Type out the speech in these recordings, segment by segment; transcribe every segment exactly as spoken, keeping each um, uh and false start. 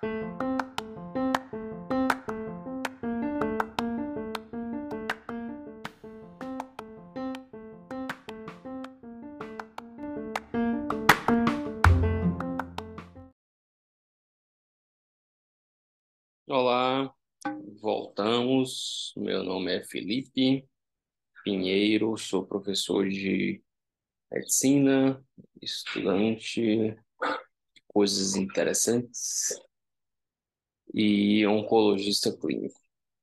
Olá, voltamos. Meu nome é Felipe Pinheiro, sou professor de medicina, estudante de coisas interessantes e oncologista clínico.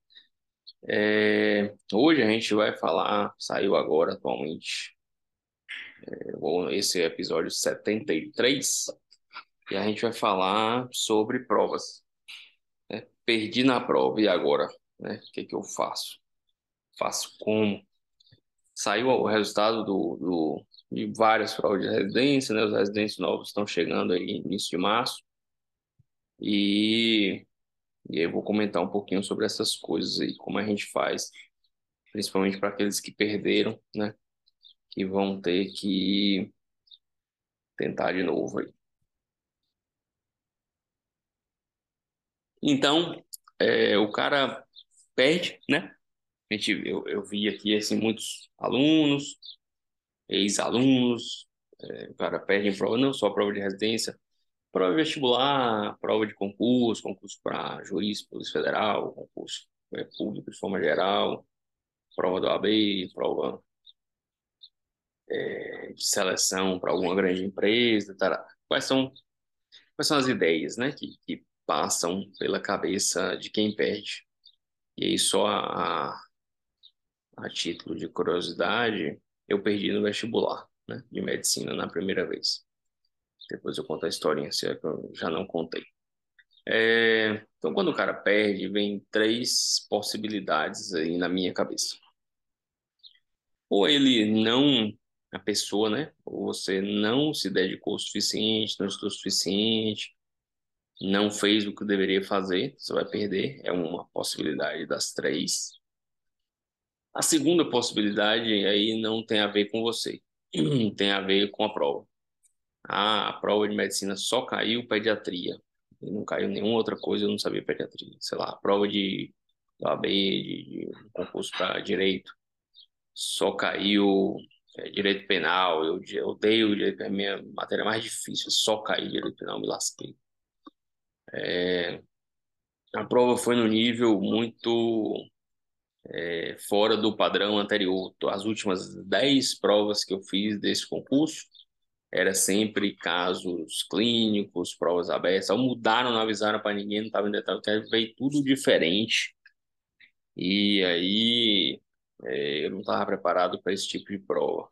É, hoje a gente vai falar, saiu agora atualmente, é, bom, esse é o episódio setenta e três, e a gente vai falar sobre provas, né? Perdi na prova, e agora, né? O que que eu faço? Faço como? Saiu o resultado do, do, de várias provas de residência, né? Os residentes novos estão chegando aí no início de março. E, e aí eu vou comentar um pouquinho sobre essas coisas aí, como a gente faz, principalmente para aqueles que perderam, né? Que vão ter que tentar de novo aí. Então, é, o cara perde, né? A gente, eu, eu vi aqui assim, muitos alunos, ex-alunos, é, o cara perde em prova, não só prova de residência, prova vestibular, prova de concurso, concurso para juiz, polícia federal, concurso é, público de forma geral, prova do A B, prova é, de seleção para alguma grande empresa, tará. Quais são, quais são as ideias, né, que, que passam pela cabeça de quem perde? E aí, só a, a, a título de curiosidade, eu perdi no vestibular, né, de medicina na primeira vez. Depois eu conto a historinha, se é que eu já não contei. É, então, quando o cara perde, vem três possibilidades aí na minha cabeça. Ou ele não, a pessoa, né? Ou você não se dedicou o suficiente, não estudou o suficiente, não fez o que deveria fazer, você vai perder. É uma possibilidade das três. A segunda possibilidade aí não tem a ver com você, tem a ver com a prova. Ah, a prova de medicina só caiu pediatria. E não caiu nenhuma outra coisa, eu não sabia pediatria. Sei lá, a prova de O A B, de, de concurso para direito, só caiu é, direito penal. Eu, eu odeio direito, é a minha matéria mais difícil, só caiu direito penal, me lasquei. A prova foi no nível muito é, fora do padrão anterior. As últimas dez provas que eu fiz desse concurso era sempre casos clínicos, provas abertas. Ao mudaram, não avisaram para ninguém, não estava em detalhe, veio tudo diferente. E aí é, eu não estava preparado para esse tipo de prova.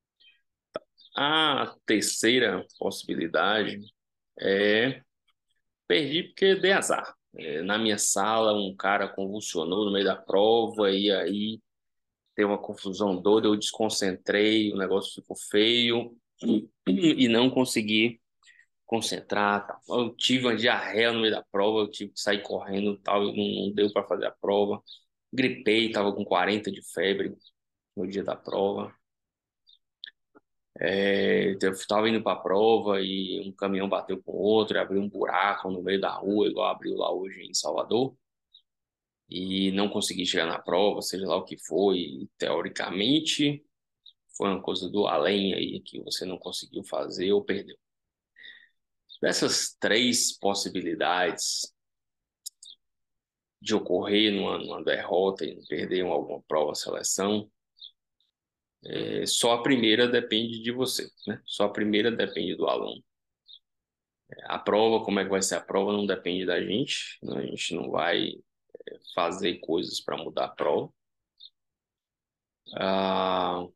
A terceira possibilidade é perdi porque dei azar. É, na minha sala, um cara convulsionou no meio da prova e aí deu uma confusão doida, eu desconcentrei, o negócio ficou feio e não consegui concentrar, tal. Eu tive uma diarreia no meio da prova, eu tive que sair correndo, tal, e não, não deu para fazer a prova. Gripei, tava com quarenta de febre no dia da prova. É, eu estava indo para a prova e um caminhão bateu com o outro, e abriu um buraco no meio da rua, igual abriu lá hoje em Salvador, e não consegui chegar na prova, seja lá o que foi. E, teoricamente, foi uma coisa do além aí que você não conseguiu fazer ou perdeu. Dessas três possibilidades de ocorrer numa, numa derrota e perder alguma prova, seleção, é, só a primeira depende de você, né? Só a primeira depende do aluno. A prova, como é que vai ser a prova, não depende da gente, né? A gente não vai fazer coisas para mudar a prova. Ah,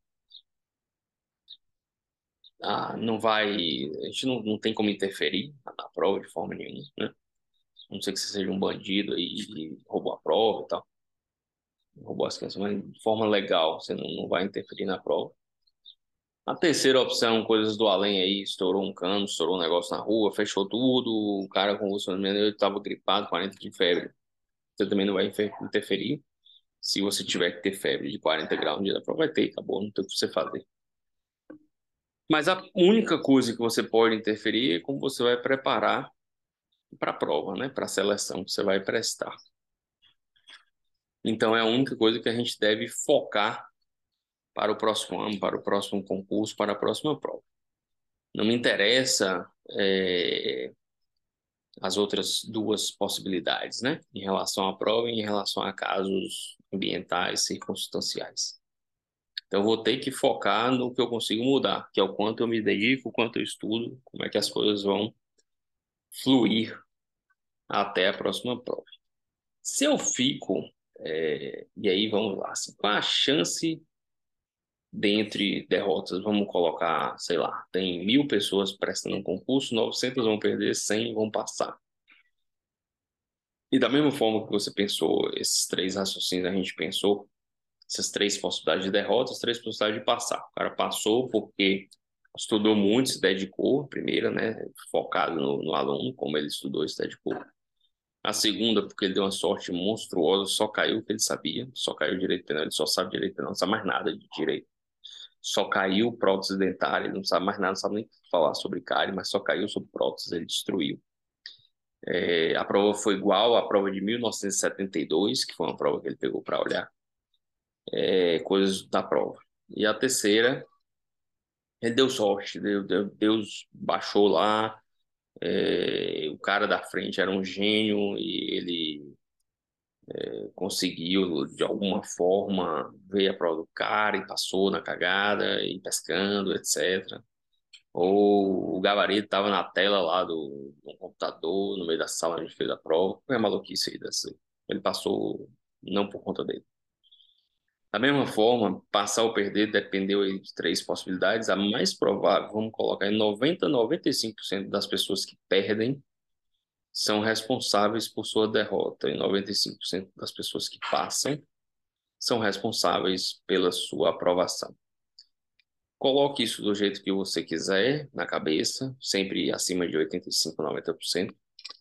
ah, não vai, a gente não, não tem como interferir na prova de forma nenhuma, né? A não ser que você seja um bandido aí e roubou a prova e tal, roubou as crianças, mas de forma legal, você não, não vai interferir na prova. A terceira opção, coisas do além aí, estourou um cano, estourou um negócio na rua, fechou tudo, o cara convulsionando, ele estava gripado, quarenta de febre. Você também não vai interferir. Se você tiver que ter febre de quarenta graus no dia da prova, vai ter, acabou, não tem o que você fazer. Mas a única coisa que você pode interferir é como você vai preparar para a prova, né? Para a seleção que você vai prestar. Então, é a única coisa que a gente deve focar para o próximo ano, para o próximo concurso, para a próxima prova. Não me interessa, é, as outras duas possibilidades, né? Em relação à prova e em relação a casos ambientais, circunstanciais. Então, eu vou ter que focar no que eu consigo mudar, que é o quanto eu me dedico, o quanto eu estudo, como é que as coisas vão fluir até a próxima prova. Se eu fico, é, e aí vamos lá, assim, qual a chance dentre derrotas? Vamos colocar, sei lá, tem mil pessoas prestando um concurso, novecentas vão perder, cem vão passar. E da mesma forma que você pensou, esses três raciocínios a gente pensou, essas três possibilidades de derrota, as três possibilidades de passar. O cara passou porque estudou muito, se dedicou, a primeira, né, focado no, no aluno, como ele estudou e se dedicou. A segunda, porque ele deu uma sorte monstruosa, só caiu o que ele sabia, só caiu direito penal, ele só sabe direito penal, não sabe mais nada de direito. Só caiu prótese dentária, ele não sabe mais nada, não sabe nem falar sobre cárie, mas só caiu sobre prótese, ele destruiu. É, a prova foi igual à prova de mil novecentos e setenta e dois, que foi uma prova que ele pegou para olhar, é, coisas da prova. E a terceira, ele deu sorte, Deus, Deus baixou lá, é, o cara da frente era um gênio e ele conseguiu, de alguma forma, ver a prova do cara e passou na cagada, e pescando, etcétera. Ou o gabarito estava na tela lá do, do computador, no meio da sala onde a gente fez a prova. Foi a maluquice aí dessa. Ele passou não por conta dele. Da mesma forma, passar ou perder dependeu aí de três possibilidades. A mais provável, vamos colocar em noventa, noventa e cinco por cento das pessoas que perdem são responsáveis por sua derrota. E noventa e cinco por cento das pessoas que passam são responsáveis pela sua aprovação. Coloque isso do jeito que você quiser, na cabeça, sempre acima de oitenta e cinco, noventa por cento,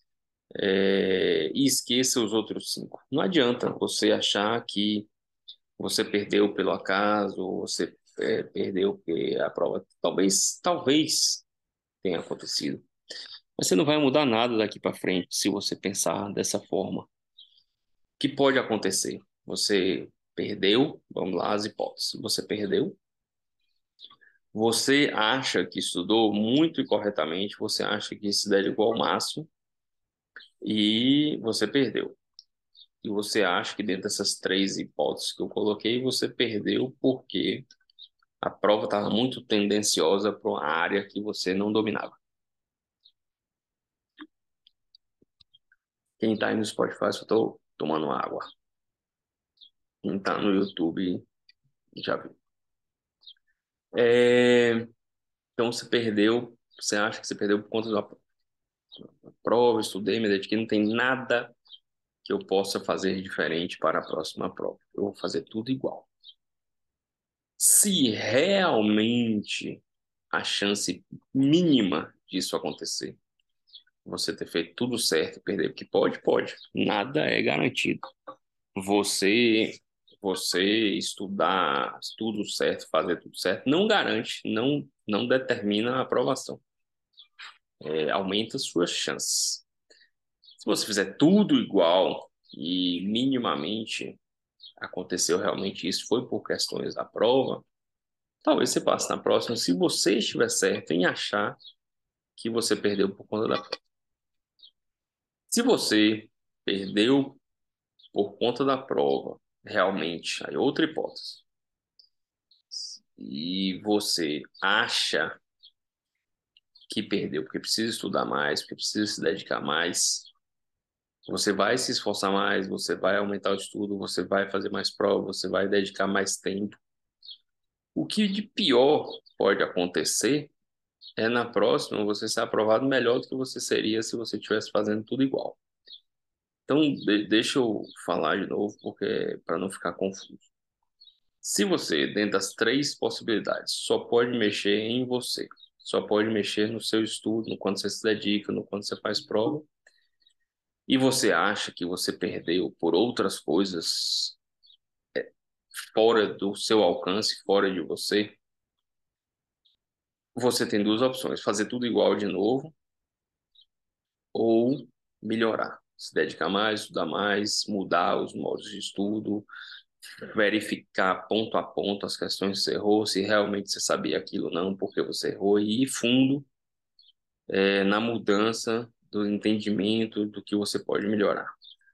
é, e esqueça os outros cinco. Não adianta você achar que você perdeu pelo acaso, ou você é, perdeu porque a prova talvez, talvez tenha acontecido. Mas você não vai mudar nada daqui para frente se você pensar dessa forma. O que pode acontecer? Você perdeu, vamos lá, as hipóteses. Você perdeu. Você acha que estudou muito e corretamente, você acha que se dedicou ao máximo e você perdeu. E você acha que dentro dessas três hipóteses que eu coloquei, você perdeu porque a prova estava muito tendenciosa para uma área que você não dominava. Quem está aí no Spotify, eu estou tomando água. Quem está no YouTube já viu. É, então você perdeu, você acha que você perdeu por conta da prova, estudei, me dediquei, não tem nada que eu possa fazer diferente para a próxima prova. Eu vou fazer tudo igual. Se realmente a chance mínima disso acontecer, você ter feito tudo certo e perder, porque pode, pode. Nada é garantido. Você, você estudar tudo certo, fazer tudo certo, não garante, não, não determina a aprovação. É, aumenta suas chances. Se você fizer tudo igual e minimamente aconteceu realmente isso, foi por questões da prova, talvez você passe na próxima se você estiver certo em achar que você perdeu por conta da prova. Se você perdeu por conta da prova, realmente, aí outra hipótese, e você acha que perdeu porque precisa estudar mais, porque precisa se dedicar mais, você vai se esforçar mais, você vai aumentar o estudo, você vai fazer mais prova, você vai dedicar mais tempo. O que de pior pode acontecer é na próxima você ser aprovado melhor do que você seria se você estivesse fazendo tudo igual. Então, de- deixa eu falar de novo, porque para não ficar confuso. Se você, dentro das três possibilidades, só pode mexer em você, só pode mexer no seu estudo, no quanto você se dedica, no quanto você faz prova, e você acha que você perdeu por outras coisas fora do seu alcance, fora de você, você tem duas opções: fazer tudo igual de novo ou melhorar, se dedicar mais, estudar mais, mudar os modos de estudo, verificar ponto a ponto as questões que você errou, se realmente você sabia aquilo ou não, porque você errou, e ir fundo é, na mudança do entendimento do que você pode melhorar.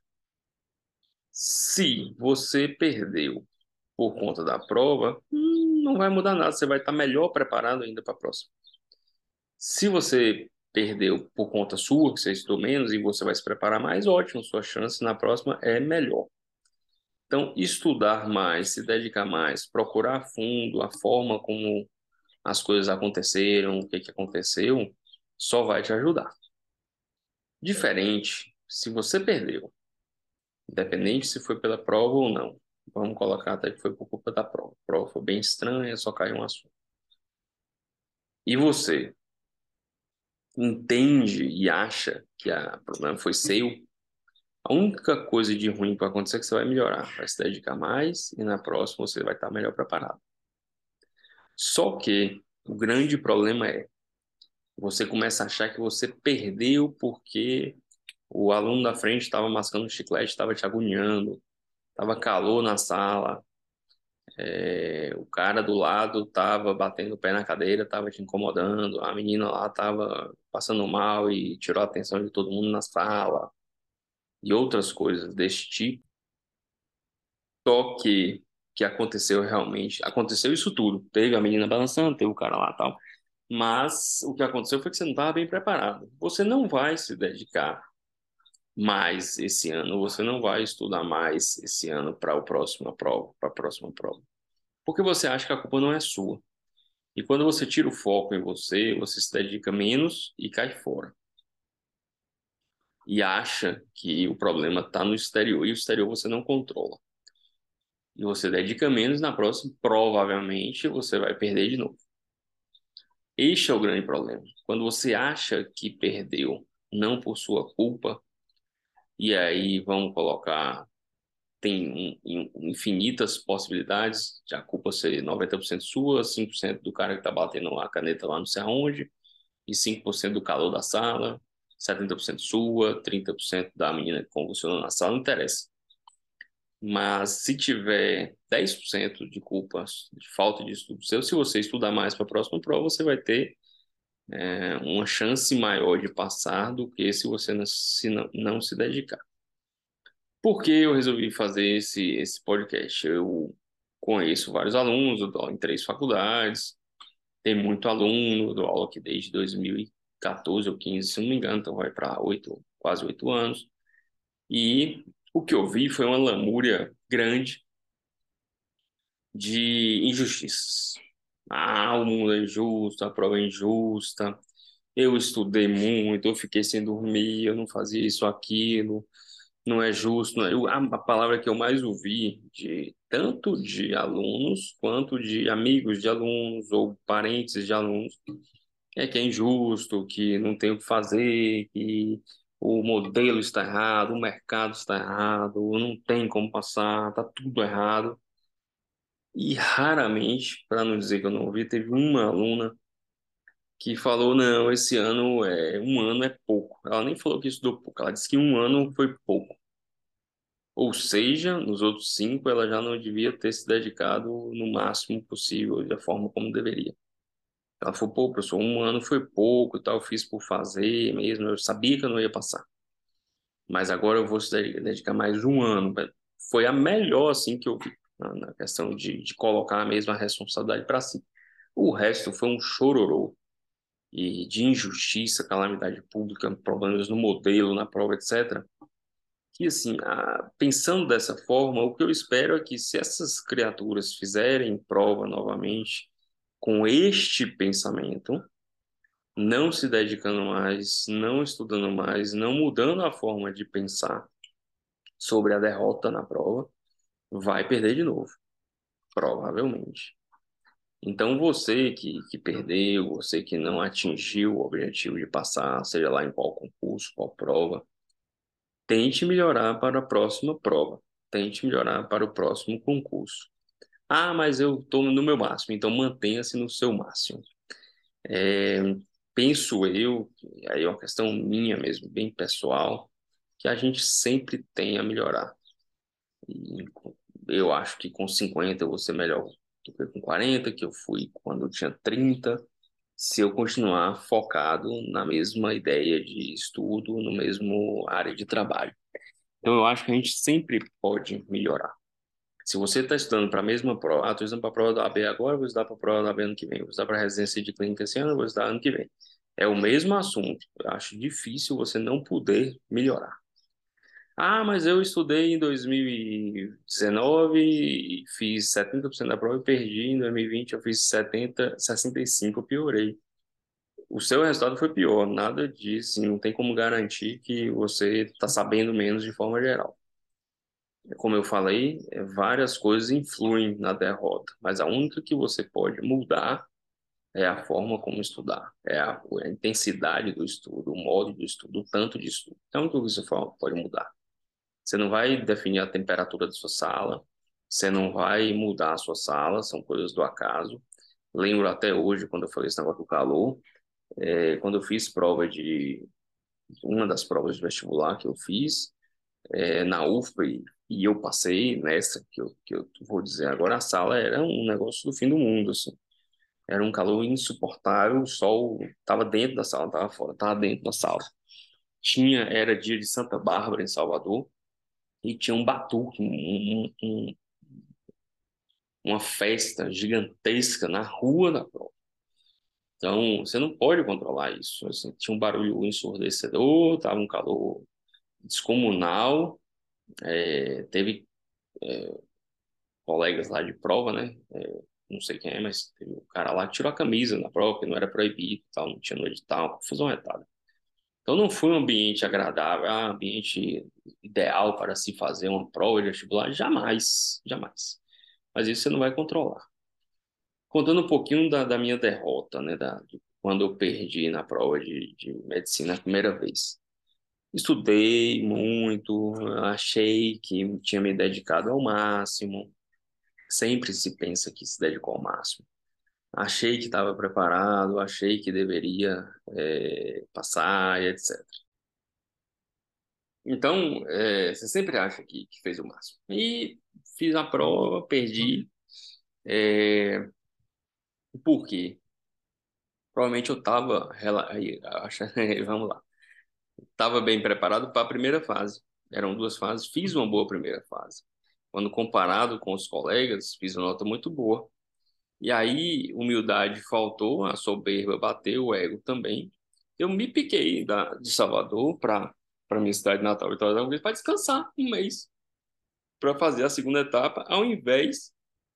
Se você perdeu por conta da prova, hum, não vai mudar nada, você vai estar melhor preparado ainda para a próxima. Se você perdeu por conta sua, que você estudou menos e você vai se preparar mais, ótimo, sua chance na próxima é melhor. Então, estudar mais, se dedicar mais, procurar a fundo a forma como as coisas aconteceram, o que que aconteceu, só vai te ajudar. Diferente, se você perdeu, independente se foi pela prova ou não, vamos colocar até que foi por culpa da prova. A prova foi bem estranha, só caiu um assunto. E você entende e acha que a- o problema foi seu, a única coisa de ruim que vai acontecer é que você vai melhorar, vai se dedicar mais e na próxima você vai estar melhor preparado. Só que o grande problema é você começa a achar que você perdeu porque o aluno da frente estava mascando um chiclete, estava te agoniando, estava calor na sala, é, o cara do lado estava batendo o pé na cadeira, estava te incomodando, a menina lá estava passando mal e tirou a atenção de todo mundo na sala, e outras coisas desse tipo. Só que que aconteceu realmente, aconteceu isso tudo. Teve a menina balançando, teve o cara lá e tal. Mas o que aconteceu foi que você não estava bem preparado. Você não vai se dedicar mais esse ano, você não vai estudar mais esse ano para a próxima prova, para a próxima prova. Porque você acha que a culpa não é sua. E quando você tira o foco em você, você se dedica menos e cai fora. E acha que o problema está no exterior, e o exterior você não controla. E você dedica menos, na próxima, provavelmente você vai perder de novo. Este é o grande problema. Quando você acha que perdeu, não por sua culpa, e aí vamos colocar, tem in- in- infinitas possibilidades de a culpa ser noventa por cento sua, cinco por cento do cara que está batendo a caneta lá não sei aonde, e cinco por cento do calor da sala, setenta por cento sua, trinta por cento da menina que convulsionou na sala, não interessa. Mas se tiver dez por cento de culpa, de falta de estudo seu, se você estudar mais para a próxima prova, você vai ter é, uma chance maior de passar do que se você não se, não, não se dedicar. Por que eu resolvi fazer esse, esse podcast? Eu conheço vários alunos, eu dou aula em três faculdades, tem muito aluno, eu dou aula aqui desde dois mil e quatorze ou quinze, se não me engano, então vai para oito, quase oito anos. E o que eu vi foi uma lamúria grande de injustiças. Ah, o mundo é injusto, a prova é injusta, eu estudei muito, eu fiquei sem dormir, eu não fazia isso, aquilo, não é justo. Não é... Eu- a a palavra que eu mais ouvi de tanto de alunos quanto de amigos de alunos ou parentes de alunos é que é injusto, que não tem o que fazer, que o modelo está errado, o mercado está errado, não tem como passar, tá tudo errado. E raramente, para não dizer que eu não ouvi, teve uma aluna que falou, não, esse ano é um ano é pouco. Ela nem falou que estudou pouco, ela disse que um ano foi pouco. Ou seja, nos outros cinco ela já não devia ter se dedicado no máximo possível, da forma como deveria. Ela falou, pô, professor, um ano foi pouco e tal, eu fiz por fazer mesmo, eu sabia que eu não ia passar. Mas agora eu vou se dedi- dedicar mais um ano. Foi a melhor, assim, que eu vi na na questão de, de colocar a mesma responsabilidade para si. O resto foi um chororô e de injustiça, calamidade pública, problemas no modelo, na prova, etcétera. Que, assim, a- pensando dessa forma, o que eu espero é que se essas criaturas fizerem prova novamente com este pensamento, não se dedicando mais, não estudando mais, não mudando a forma de pensar sobre a derrota na prova, vai perder de novo, provavelmente. Então, você que, que perdeu, você que não atingiu o objetivo de passar, seja lá em qual concurso, qual prova, tente melhorar para a próxima prova, tente melhorar para o próximo concurso. Ah, mas eu estou no meu máximo, então mantenha-se no seu máximo. É, penso eu, aí é uma questão minha mesmo, bem pessoal, que a gente sempre tem a melhorar. E eu acho que com cinquenta eu vou ser melhor do que com quarenta, que eu fui quando eu tinha trinta, se eu continuar focado na mesma ideia de estudo, no mesmo área de trabalho. Então, eu acho que a gente sempre pode melhorar. Se você está estudando para a mesma prova, ah, estou estudando para a prova da A B agora, vou estudar para a prova da A B ano que vem, vou estudar para a residência de clínica esse ano, vou estudar ano que vem. É o mesmo assunto. Eu acho difícil você não poder melhorar. Ah, mas eu estudei em dois mil e dezenove e fiz setenta por cento da prova e perdi. Em dois mil e vinte eu fiz setenta, sessenta e cinco, eu piorei. O seu resultado foi pior, nada disso. Não tem como garantir que você está sabendo menos de forma geral. Como eu falei, é, várias coisas influem na derrota, mas a única que você pode mudar é a forma como estudar, é a, a intensidade do estudo, o modo do estudo, o tanto de estudo. Então, o que você fala pode mudar. Você não vai definir a temperatura da sua sala, você não vai mudar a sua sala, são coisas do acaso. Lembro até hoje, quando eu falei esse negócio do calor, é, quando eu fiz prova de, uma das provas de vestibular que eu fiz, é, na U F P A, e, e eu passei nessa, que eu, que eu vou dizer agora, a sala era um negócio do fim do mundo, assim. Era um calor insuportável, o sol estava dentro da sala, estava fora, estava dentro da sala. Tinha, era dia de Santa Bárbara, em Salvador, e tinha um batuque, um, um, um uma festa gigantesca na rua da prova. Então, você não pode controlar isso. Assim, tinha um barulho ensurdecedor, estava um calor descomunal. É, teve colegas lá de prova, né? É, não sei quem é, mas teve um cara lá que tirou a camisa na prova, que não era proibido, tal, não tinha no edital, confusão retada. Então, não foi um ambiente agradável, ah, ambiente ideal para se fazer uma prova de vestibular, jamais, jamais. Mas isso você não vai controlar. Contando um pouquinho da, da minha derrota, né, da, de quando eu perdi na prova de, de medicina a primeira vez. Estudei muito, achei que tinha me dedicado ao máximo, sempre se pensa que se dedicou ao máximo. Achei que estava preparado, achei que deveria é, passar e etcétera. Então, é, você sempre acha que, que fez o máximo. E fiz a prova, perdi. É, por quê? Provavelmente eu estava, vamos lá, estava bem preparado para a primeira fase. Eram duas fases, fiz uma boa primeira fase. Quando comparado com os colegas, fiz uma nota muito boa. E aí, humildade faltou, a soberba bateu, o ego também. Eu me piquei da, de Salvador para para minha cidade natal, Vitória da Conquista, para descansar um mês, para fazer a segunda etapa, ao invés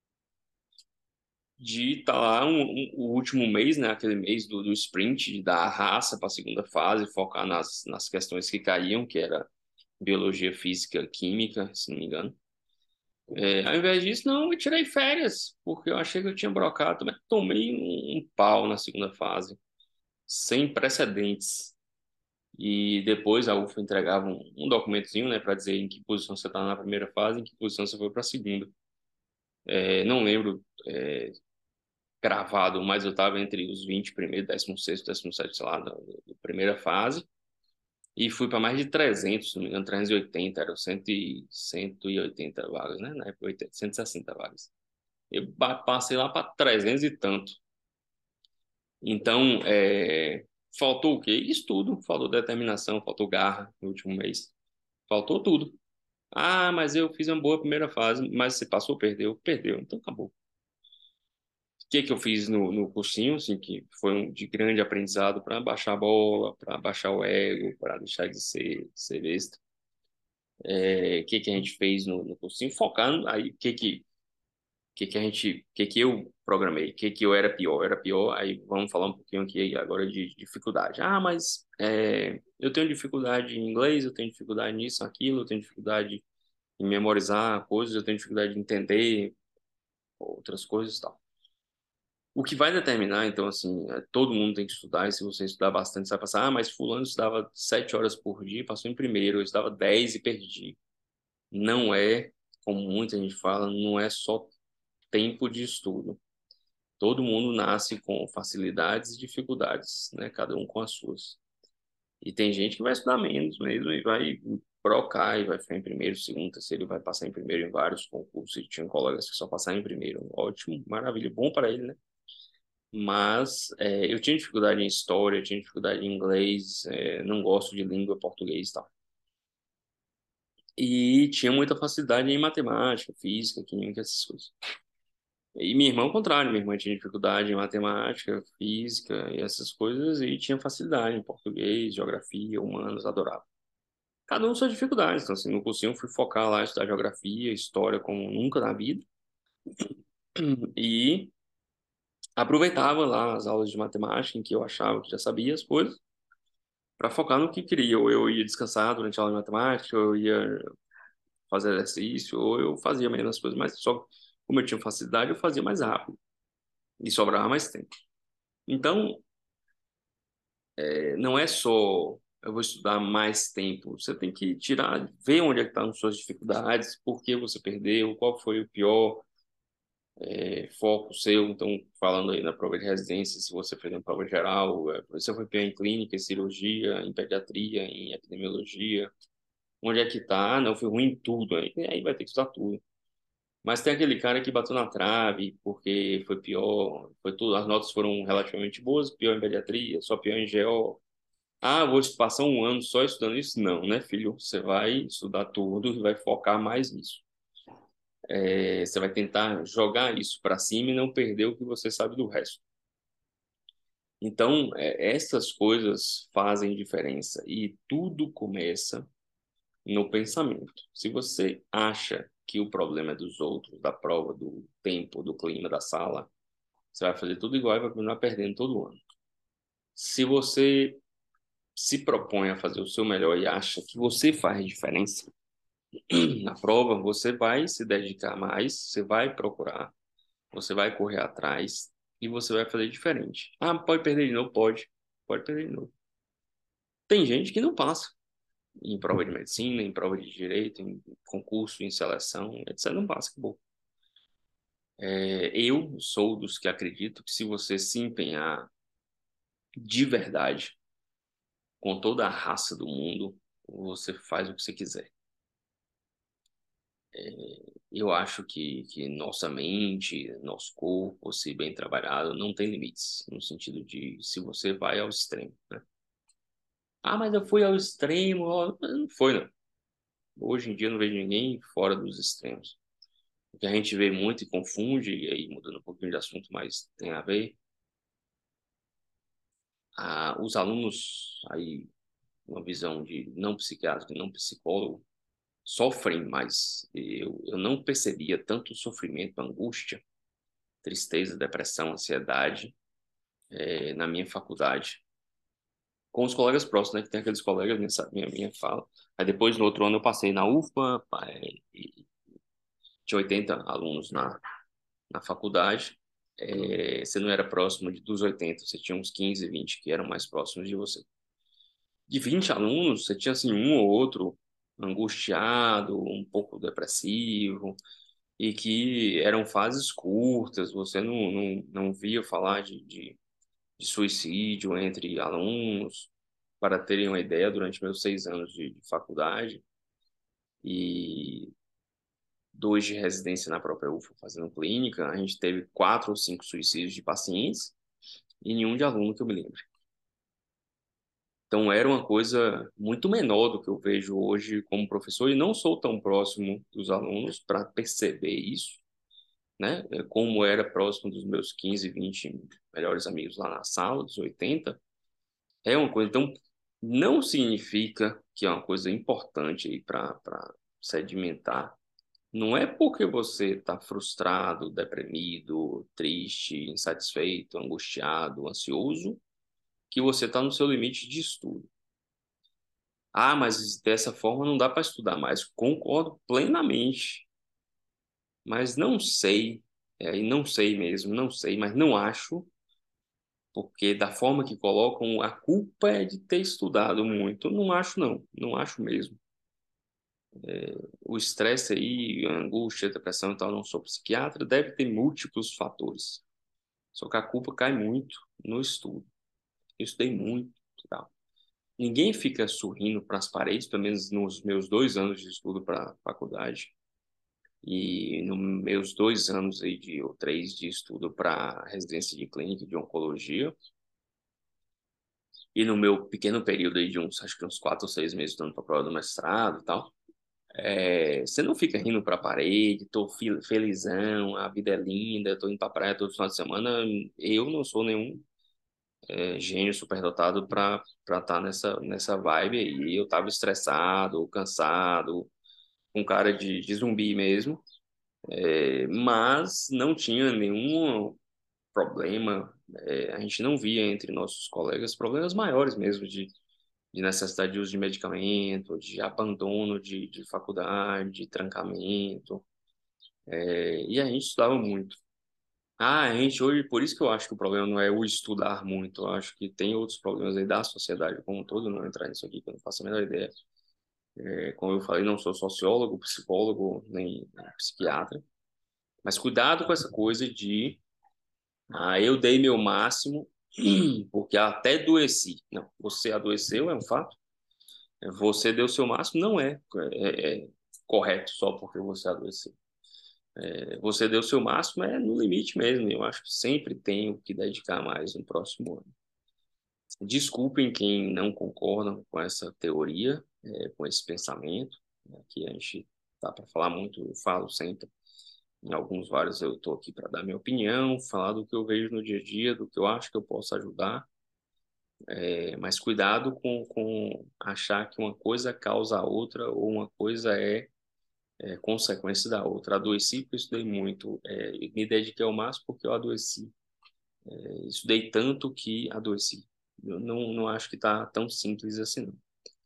de estar lá um, um- o último mês, né, aquele mês do, do sprint, de dar a raça para a segunda fase, focar nas, nas questões que caíam, que era biologia, física, química, se não me engano. É, ao invés disso, não, eu tirei férias, porque eu achei que eu tinha brocado, mas tomei um, um pau na segunda fase, sem precedentes. E depois a U F A entregava um, um documentozinho, né, para dizer em que posição você está na primeira fase, em que posição você foi para a segunda. É, não lembro, é, gravado, mas eu estava entre os vinte primeiros, décimo sexto, décimo sétimo, sei lá, da, da primeira fase. E fui para mais de trezentos, se não me engano, trezentos e oitenta, eram cem, cento e oitenta vagas, né? Na época, oitenta, cento e sessenta vagas. Eu ba- passei lá para trezentos e tanto. Então, é, faltou o quê? Estudo, faltou determinação, faltou garra no último mês. Faltou tudo. Ah, mas eu fiz uma boa primeira fase, mas você passou, perdeu, perdeu, então acabou. O que que eu fiz no, no cursinho, assim, que foi um de grande aprendizado para baixar a bola, para baixar o ego, para deixar de ser, ser besta. É, o que que a gente fez no, no cursinho? Focando aí, o que que, que que a gente, o que que eu programei, o que que eu era pior, eu era pior, aí vamos falar um pouquinho aqui agora de dificuldade. Ah, mas é, eu tenho dificuldade em inglês, eu tenho dificuldade nisso, aquilo, eu tenho dificuldade em memorizar coisas, eu tenho dificuldade de entender outras coisas e tal. O que vai determinar, então, assim, é, todo mundo tem que estudar, e se você estudar bastante, você vai passar, ah, mas fulano estudava sete horas por dia, passou em primeiro, eu estudava dez e perdi. Não é, como muita gente fala, não é só tempo de estudo. Todo mundo nasce com facilidades e dificuldades, né? Cada um com as suas. E tem gente que vai estudar menos mesmo e vai. Procai, vai ficar em primeiro, segundo, terceiro, vai passar em primeiro em vários concursos. E tinha colegas que só passaram em primeiro. Ótimo, maravilha, bom para ele, né? Mas é, eu tinha dificuldade em história, tinha dificuldade em inglês, é, não gosto de língua português e tal. E tinha muita facilidade em matemática, física, química, essas coisas. E minha irmã, ao contrário, minha irmã tinha dificuldade em matemática, física e essas coisas, e tinha facilidade em português, geografia, humanos, adorava. Cada um suas dificuldades. Então, assim, no cursinho eu fui focar lá em estudar geografia, história como nunca na vida. E aproveitava lá as aulas de matemática, em que eu achava que já sabia as coisas, para focar no que queria. Ou eu ia descansar durante a aula de matemática, ou eu ia fazer exercício, ou eu fazia menos coisas, mas só como eu tinha facilidade, eu fazia mais rápido e sobrava mais tempo. Então, é, não é só eu vou estudar mais tempo, você tem que tirar, ver onde é que estão as suas dificuldades, por que você perdeu, qual foi o pior é, foco seu. Então, falando aí na prova de residência, se você fez uma prova geral, é, você foi pior em clínica, em cirurgia, em pediatria, em epidemiologia, onde é que tá? Ah, não, foi ruim em tudo, aí, aí vai ter que estudar tudo. Mas tem aquele cara que bateu na trave porque foi pior, foi tudo, as notas foram relativamente boas, pior em pediatria, só pior em G O. Ah, vou passar um ano só estudando isso? Não, né, filho? Você vai estudar tudo e vai focar mais nisso. É, você vai tentar jogar isso para cima e não perder o que você sabe do resto. Então, é, essas coisas fazem diferença e tudo começa no pensamento. Se você acha que o problema é dos outros, da prova, do tempo, do clima da sala, você vai fazer tudo igual e vai continuar perdendo todo ano. Se você se propõe a fazer o seu melhor e acha que você faz diferença na prova, você vai se dedicar mais, você vai procurar, você vai correr atrás e você vai fazer diferente. Ah, pode perder de novo? Pode. Pode perder de novo. Tem gente que não passa em prova de medicina, em prova de direito, em concurso, em seleção, etcétera. Não passa, acabou. É, eu sou dos que acredito que se você se empenhar de verdade, com toda a raça do mundo, você faz o que você quiser. Eu acho que, que nossa mente, nosso corpo, se bem trabalhado, não tem limites, no sentido de se você vai ao extremo, né? Ah, mas eu fui ao extremo, ó. Não foi, não. Hoje em dia eu não vejo ninguém fora dos extremos. O que a gente vê muito e confunde, e aí mudando um pouquinho de assunto, mas tem a ver, ah, os alunos, aí, uma visão de não psiquiatra, não psicólogo, sofrem mais. Eu, eu não percebia tanto sofrimento, angústia, tristeza, depressão, ansiedade, eh, na minha faculdade. Com os colegas próximos, né? Que tem aqueles colegas, minha, sa- minha, minha fala. Aí depois, no outro ano, eu passei na U F P A, eh, e tinha oitenta alunos na, na faculdade. Eh, você não era próximo de, dos oitenta, você tinha uns quinze, vinte que eram mais próximos de você. De vinte alunos, você tinha assim um ou outro angustiado, um pouco depressivo, e que eram fases curtas, você não, não, não via falar de, de, de suicídio entre alunos. Para terem uma ideia, durante meus seis anos de, de faculdade e dois de residência na própria U F A, fazendo clínica, a gente teve quatro ou cinco suicídios de pacientes e nenhum de aluno que eu me lembre. Então era uma coisa muito menor do que eu vejo hoje como professor e não sou tão próximo dos alunos para perceber isso, né? É, como era próximo dos meus quinze, vinte melhores amigos lá na sala, dos oitenta, é uma coisa. Então, não significa que é uma coisa importante aí para para sedimentar. Não é porque você está frustrado, deprimido, triste, insatisfeito, angustiado, ansioso, que você está no seu limite de estudo. Ah, mas dessa forma não dá para estudar mais. Concordo plenamente, mas não sei, é, e não sei mesmo, não sei, mas não acho, porque da forma que colocam, a culpa é de ter estudado muito. Não acho, não, não acho mesmo. O estresse aí, a angústia, a depressão e tal, não sou psiquiatra, deve ter múltiplos fatores. Só que a culpa cai muito no estudo. Eu estudei muito, e tal. ninguém fica sorrindo para as paredes, pelo menos nos meus dois anos de estudo para faculdade. E nos meus dois anos aí de, ou três de estudo para residência de clínica de oncologia, e no meu pequeno período aí de uns, acho que uns quatro ou seis meses estudando para a prova do mestrado e tal, é, você não fica rindo para a parede, tô fi- felizão, a vida é linda, tô indo para praia todo final de semana. Eu não sou nenhum é, gênio superdotado para para estar nessa, nessa vibe aí. Eu tava estressado, cansado, com cara de, de zumbi mesmo, é, mas não tinha nenhum problema. É, a gente não via entre nossos colegas problemas maiores mesmo de, de necessidade de uso de medicamento, de abandono de, de faculdade, de trancamento. É, e a gente estudava muito. Ah, a gente hoje, por isso que eu acho que o problema não é o estudar muito, eu acho que tem outros problemas aí da sociedade como um todo, não entrar nisso aqui, que eu não faço a menor ideia. É, como eu falei, não sou sociólogo, psicólogo, nem, nem psiquiatra, mas cuidado com essa coisa de, ah, eu dei meu máximo, porque até adoeci. Não, você adoeceu, é um fato. Você deu seu máximo, não é, é, é correto só porque você adoeceu. Você deu seu máximo, é no limite mesmo. Eu acho que sempre tenho que dedicar mais no próximo ano. Desculpem quem não concorda com essa teoria, é, com esse pensamento, né, que a gente tá para falar muito, eu falo sempre. Em alguns vários eu estou aqui para dar minha opinião, falar do que eu vejo no dia a dia, do que eu acho que eu posso ajudar. É, mas cuidado com, com achar que uma coisa causa a outra ou uma coisa é é, consequência da outra. Adoeci porque eu estudei muito, é, me dediquei ao máximo porque eu adoeci. É, estudei tanto que adoeci. Eu não, não acho que está tão simples assim, não.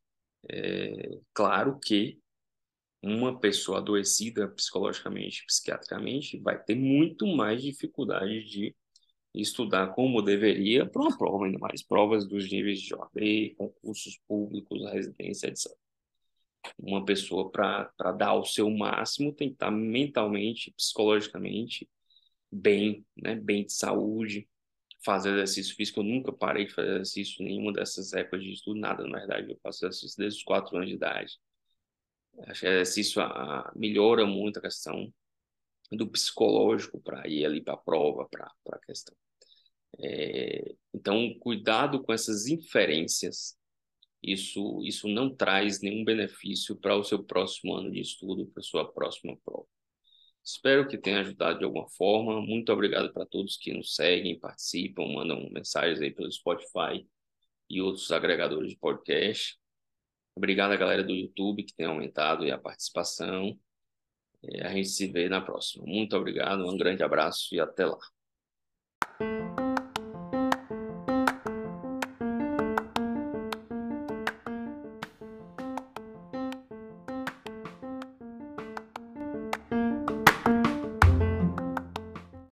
Claro que uma pessoa adoecida psicologicamente, psiquiatricamente, vai ter muito mais dificuldade de estudar como deveria para uma prova, ainda mais provas dos níveis de O A B, concursos públicos, residência, etcétera. Uma pessoa, para para dar o seu máximo, tem que estar mentalmente, psicologicamente bem, né? Bem de saúde, fazer exercício físico. Eu nunca parei de fazer exercício em nenhuma dessas épocas de estudo, nada, na verdade. Eu faço exercício desde os quatro anos de idade. Acho que exercício a, a, melhora muito a questão do psicológico para ir ali para a prova, para a questão. É, então, cuidado com essas inferências. Isso, isso não traz nenhum benefício para o seu próximo ano de estudo, para a sua próxima prova. Espero que tenha ajudado de alguma forma. Muito obrigado para todos que nos seguem, participam, mandam mensagens aí pelo Spotify e outros agregadores de podcast. Obrigado à galera do YouTube que tem aumentado aí a participação. E a gente se vê na próxima. Muito obrigado, um grande abraço e até lá.